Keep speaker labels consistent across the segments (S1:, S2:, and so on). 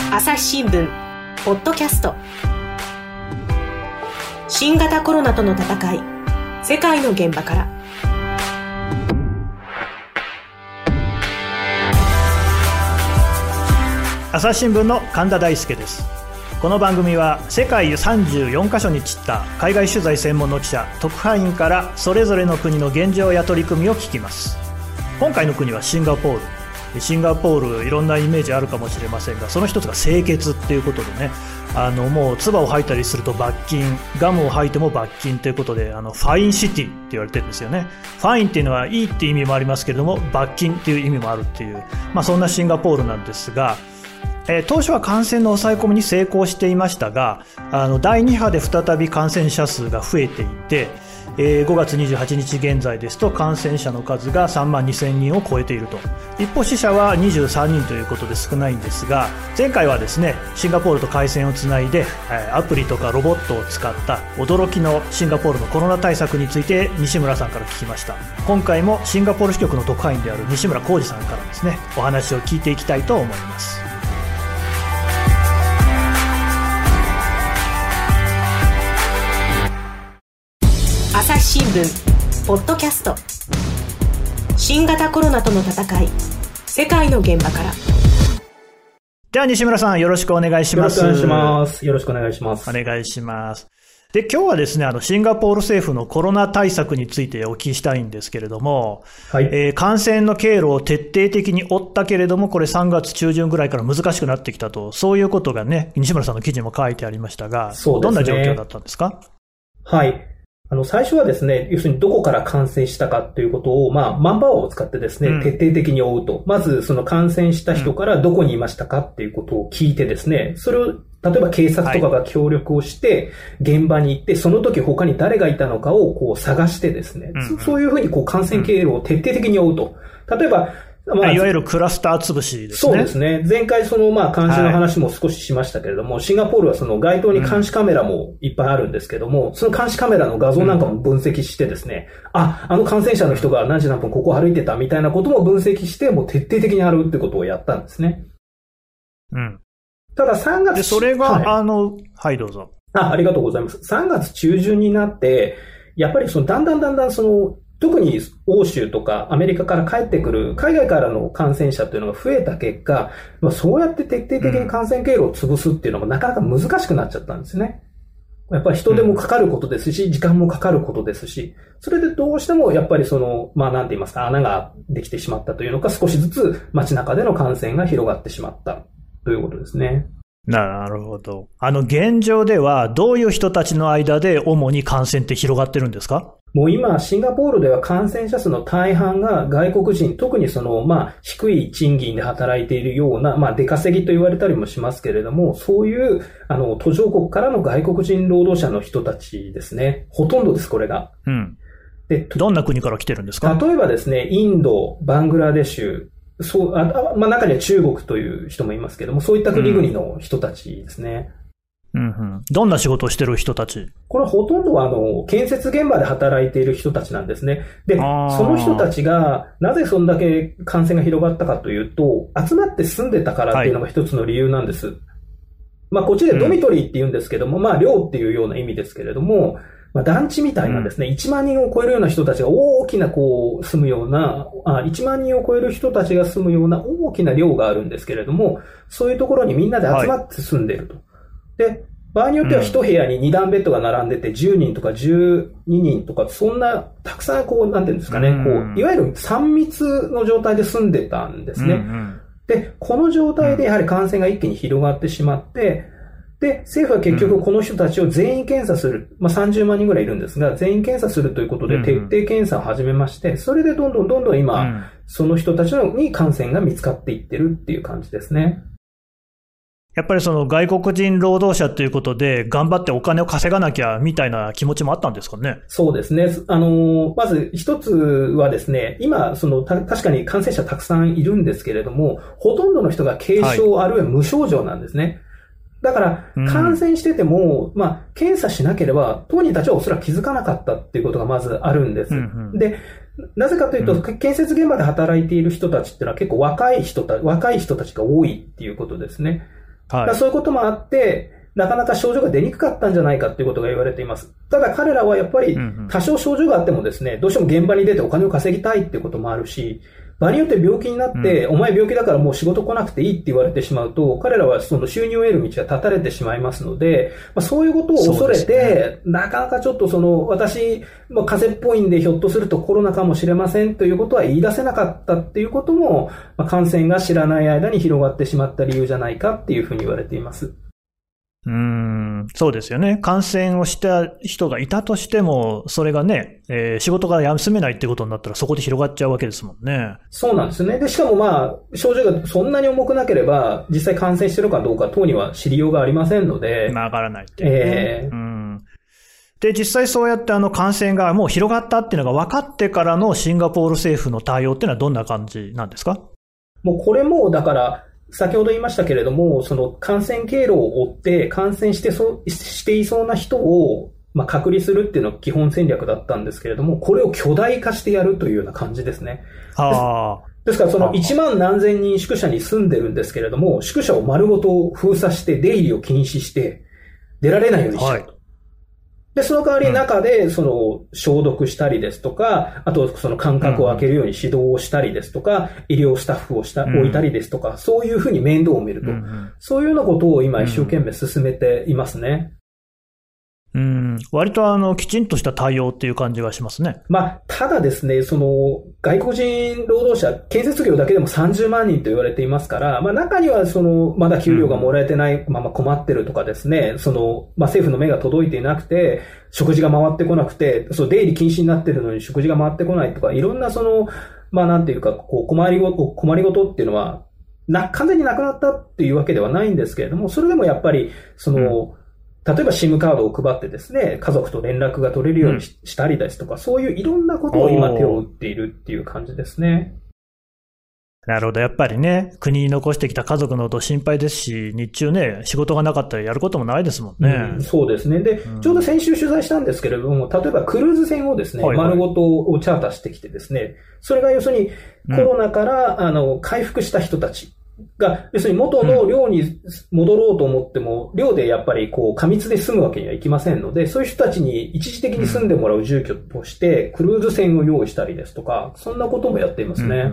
S1: 朝日新聞ポッドキャスト、新型コロナとの戦い、世界の現場から。
S2: 朝日新聞の神田大輔です。この番組は世界34カ所に散った海外取材専門の記者、特派員からそれぞれの国の現状や取り組みを聞きます。今回の国はシンガポール。シンガポール、いろんなイメージあるかもしれませんが、その一つが清潔っていうことでね、もう唾を吐いたりすると罰金、ガムを吐いても罰金ということで、ファインシティって言われてるんですよね。ファインっていうのはいいっていう意味もありますけれども、罰金っていう意味もあるっていう、そんなシンガポールなんですが、当初は感染の抑え込みに成功していましたが、第2波で再び感染者数が増えていて、5月28日現在ですと感染者の数が3万2000人を超えていると。一方死者は23人ということで少ないんですが、前回はですね、シンガポールと回線をつないでアプリとかロボットを使った驚きのシンガポールのコロナ対策について西村さんから聞きました。今回もシンガポール支局の特派員である西村浩二さんからですね、お話を聞いていきたいと思います。
S1: 朝日新聞ポッドキャスト、新型コロナとの戦い、世界の現場から。
S2: では西村さん、よろしくお願いします。
S3: よろしくお願いします。よろしくお願いします。
S2: お願いします。で、今日はですね、シンガポール政府のコロナ対策についてお聞きしたいんですけれども、はい、感染の経路を徹底的に追ったけれども、これ3月中旬ぐらいから難しくなってきたと、そういうことがね、西村さんの記事にも書いてありましたが、そうですね、どんな状況だったんですか？
S3: はい。最初はですね、要するにどこから感染したかということを、マンバーを使ってですね、徹底的に追うと。まず、その感染した人からどこにいましたかっていうことを聞いてですね、それを、例えば警察とかが協力をして、現場に行って、その時他に誰がいたのかをこう探してですね、そういうふうにこう感染経路を徹底的に追うと。例えば、
S2: いわゆるクラスター潰しですね。
S3: そうですね。前回監視の話も少ししましたけれども、シンガポールはその街頭に監視カメラもいっぱいあるんですけども、その監視カメラの画像なんかも分析してですね、あの感染者の人が何時何分ここ歩いてたみたいなことも分析して、もう徹底的にやるってことをやったんですね。
S2: うん。
S3: ただ3月。
S2: で、それが、はい、どうぞ。
S3: ありがとうございます。3月中旬になって、やっぱりだんだん特に欧州とかアメリカから帰ってくる海外からの感染者っていうのが増えた結果、そうやって徹底的に感染経路を潰すっていうのもなかなか難しくなっちゃったんですね。やっぱり人手もかかることですし、時間もかかることですし、それでどうしてもやっぱりなんて言いますか、穴ができてしまったというのか、少しずつ街中での感染が広がってしまったということですね。
S2: なるほど。現状ではどういう人たちの間で主に感染って広がってるんですか？
S3: もう今、シンガポールでは感染者数の大半が外国人、特に低い賃金で働いているような、出稼ぎと言われたりもしますけれども、そういう、途上国からの外国人労働者の人たちですね。ほとんどです、これが。
S2: うん。で、どんな国から来てるんですか？
S3: 例えばですね、インド、バングラデシュ、中には中国という人もいますけども、そういった国々の人たちですね。
S2: どんな仕事をしてる人たち？
S3: これはほとんどは建設現場で働いている人たちなんですね。で、その人たちがなぜそんだけ感染が広がったかというと、集まって住んでたからっていうのが一つの理由なんです。こっちでドミトリーって言うんですけども、寮っていうような意味ですけれども、団地みたいなですね、1万人を超えるような人たちが大きな住むような、1万人を超える人たちが住むような大きな寮があるんですけれども、そういうところにみんなで集まって住んでいると。で、場合によっては一部屋に2段ベッドが並んでて10人とか12人とか、そんなたくさんなんていうんですかね、いわゆる3密の状態で住んでたんですね。で、この状態でやはり感染が一気に広がってしまって、で、政府は結局この人たちを全員検査する。30万人ぐらいいるんですが、全員検査するということで徹底検査を始めまして、それでどんどん今、その人たちに感染が見つかっていってるっていう感じですね。
S2: やっぱりその外国人労働者ということで頑張ってお金を稼がなきゃみたいな気持ちもあったんですかね。
S3: そうですね。まず一つはですね、今確かに感染者たくさんいるんですけれども、ほとんどの人が軽症あるいは無症状なんですね。だから感染してても、検査しなければ当人たちはおそらく気づかなかったっていうことがまずあるんです。で、なぜかというと、建設現場で働いている人たちっていうのは結構若い人たちが多いっていうことですね。 だからそういうこともあって、なかなか症状が出にくかったんじゃないかということが言われています。ただ彼らはやっぱり多少症状があってもですね、どうしても現場に出てお金を稼ぎたいっていうこともあるし、場合によって病気になって、お前病気だからもう仕事来なくていいって言われてしまうと、彼らはその収入を得る道が断たれてしまいますので、そういうことを恐れて、なかなかちょっと私、風邪っぽいんでひょっとするとコロナかもしれませんということは言い出せなかったっていうことも、感染が知らない間に広がってしまった理由じゃないかっていうふうに言われています。
S2: そうですよね。感染をした人がいたとしても、それがね、仕事が休めないってことになったらそこで広がっちゃうわけですもんね。
S3: そうなんですね。で、しかも症状がそんなに重くなければ、実際感染してるかどうか等には知りようがありませんので。
S2: わからないっていうね。で、実際そうやって感染がもう広がったっていうのが分かってからのシンガポール政府の対応っていうのはどんな感じなんですか？
S3: もうこれも、だから、先ほど言いましたけれども、その感染経路を追って感染していそうな人を、隔離するっていうのが基本戦略だったんですけれども、これを巨大化してやるというような感じですね。ですからその1万何千人宿舎に住んでるんですけれども、宿舎を丸ごと封鎖して出入りを禁止して出られないようにしちゃうと。で、その代わり中で、消毒したりですとか、あと、間隔を空けるように指導をしたりですとか、医療スタッフを置いたりですとか、そういうふうに面倒を見ると。そういうようなことを今一生懸命進めていますね。
S2: 割ときちんとした対応っていう感じがしますね。
S3: ただですね、外国人労働者、建設業だけでも30万人と言われていますから、中にはまだ給料がもらえてないまま困ってるとかですね、政府の目が届いていなくて、食事が回ってこなくて、出入り禁止になってるのに食事が回ってこないとか、いろんななんていうか、困りごとっていうのは、完全になくなったっていうわけではないんですけれども、それでもやっぱり、例えば SIM カードを配ってですね、家族と連絡が取れるようにしたりですとか、そういういろんなことを今手を打っているっていう感じですね。
S2: なるほど。やっぱりね、国に残してきた家族のこと心配ですし、日中ね、仕事がなかったらやることもないですもんね。
S3: そうですね。で、ちょうど先週取材したんですけれども、例えばクルーズ船をですね、丸ごとをチャーターしてきてですね、それが要するにコロナから、回復した人たちが、要するに元の寮に戻ろうと思っても、寮でやっぱり過密で住むわけにはいきませんので、そういう人たちに一時的に住んでもらう住居として、クルーズ船を用意したりですとか、そんなこともやっていますね。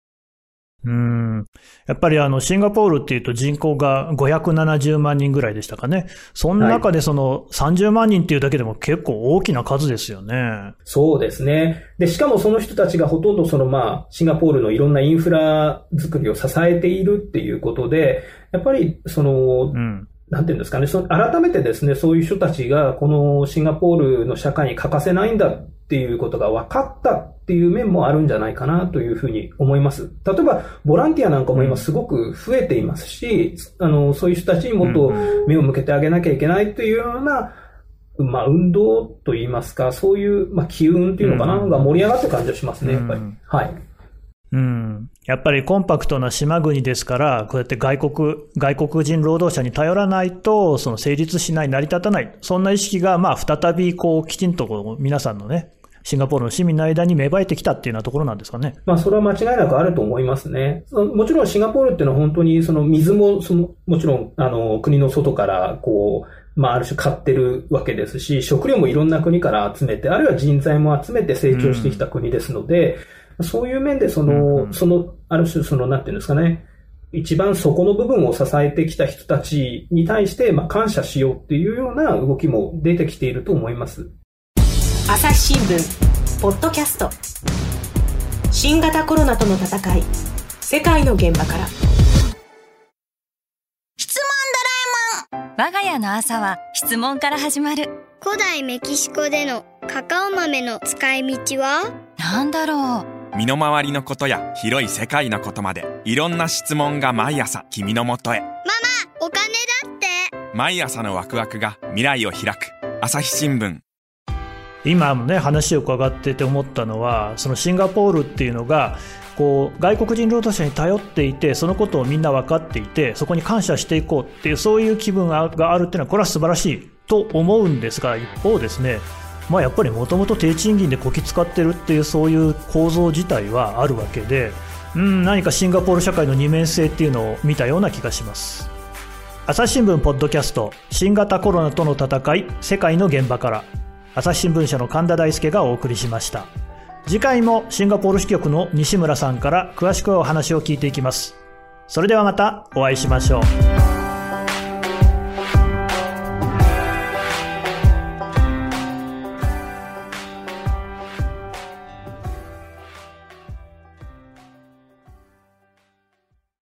S2: やっぱりシンガポールっていうと人口が570万人ぐらいでしたかね。その中で30万人っていうだけでも結構大きな数ですよね。
S3: そうですね。で、しかもその人たちがほとんどシンガポールのいろんなインフラ作りを支えているっていうことで、やっぱりなんていうんですかね、改めてですね、そういう人たちがこのシンガポールの社会に欠かせないんだっていうことが分かったっていう面もあるんじゃないかなというふうに思います。例えば、ボランティアなんかも今すごく増えていますし、そういう人たちにもっと目を向けてあげなきゃいけないというような、運動といいますか、そういう、機運っていうのかな、が盛り上がってる感じがしますね、やっぱり。はい。
S2: やっぱりコンパクトな島国ですから、こうやって外国人労働者に頼らないと、成立しない、成り立たない、そんな意識が、再びきちんと皆さんのね、シンガポールの市民の間に芽生えてきたっていうようなところなんですかね。
S3: それは間違いなくあると思いますね。もちろんシンガポールっていうのは本当に水ももちろん国の外からある種買ってるわけですし、食料もいろんな国から集めて、あるいは人材も集めて成長してきた国ですので、そういう面である種なんていうんですかね、一番底の部分を支えてきた人たちに対して感謝しようっていうような動きも出てきていると思います。
S1: 朝日新聞ポッドキャスト、新型コロナとの戦い、世界の現場から。
S4: 質問ドラえもん。我が家の朝は質問から始まる。
S5: 古代メキシコでのカカオ豆の使い道は？
S4: なんだろ
S6: う。身の回りのことや広い世界のことまで、いろんな質問が毎朝君のもとへ。
S5: ママ、お金だって。
S6: 毎朝のワクワクが未来を開く。朝日新聞。
S2: 今もね、話を伺ってて思ったのは、シンガポールっていうのが外国人労働者に頼っていて、そのことをみんな分かっていて、そこに感謝していこうっていう、そういう気分があるっていうのは、これは素晴らしいと思うんですが、一方ですね、やっぱりもともと低賃金でこき使ってるっていう、そういう構造自体はあるわけで、何かシンガポール社会の二面性っていうのを見たような気がします。 朝日新聞ポッドキャスト、新型コロナとの戦い、世界の現場から、朝日新聞社の神田大輔がお送りしました。次回もシンガポール支局の西村さんから詳しくお話を聞いていきます。それではまたお会いしましょう。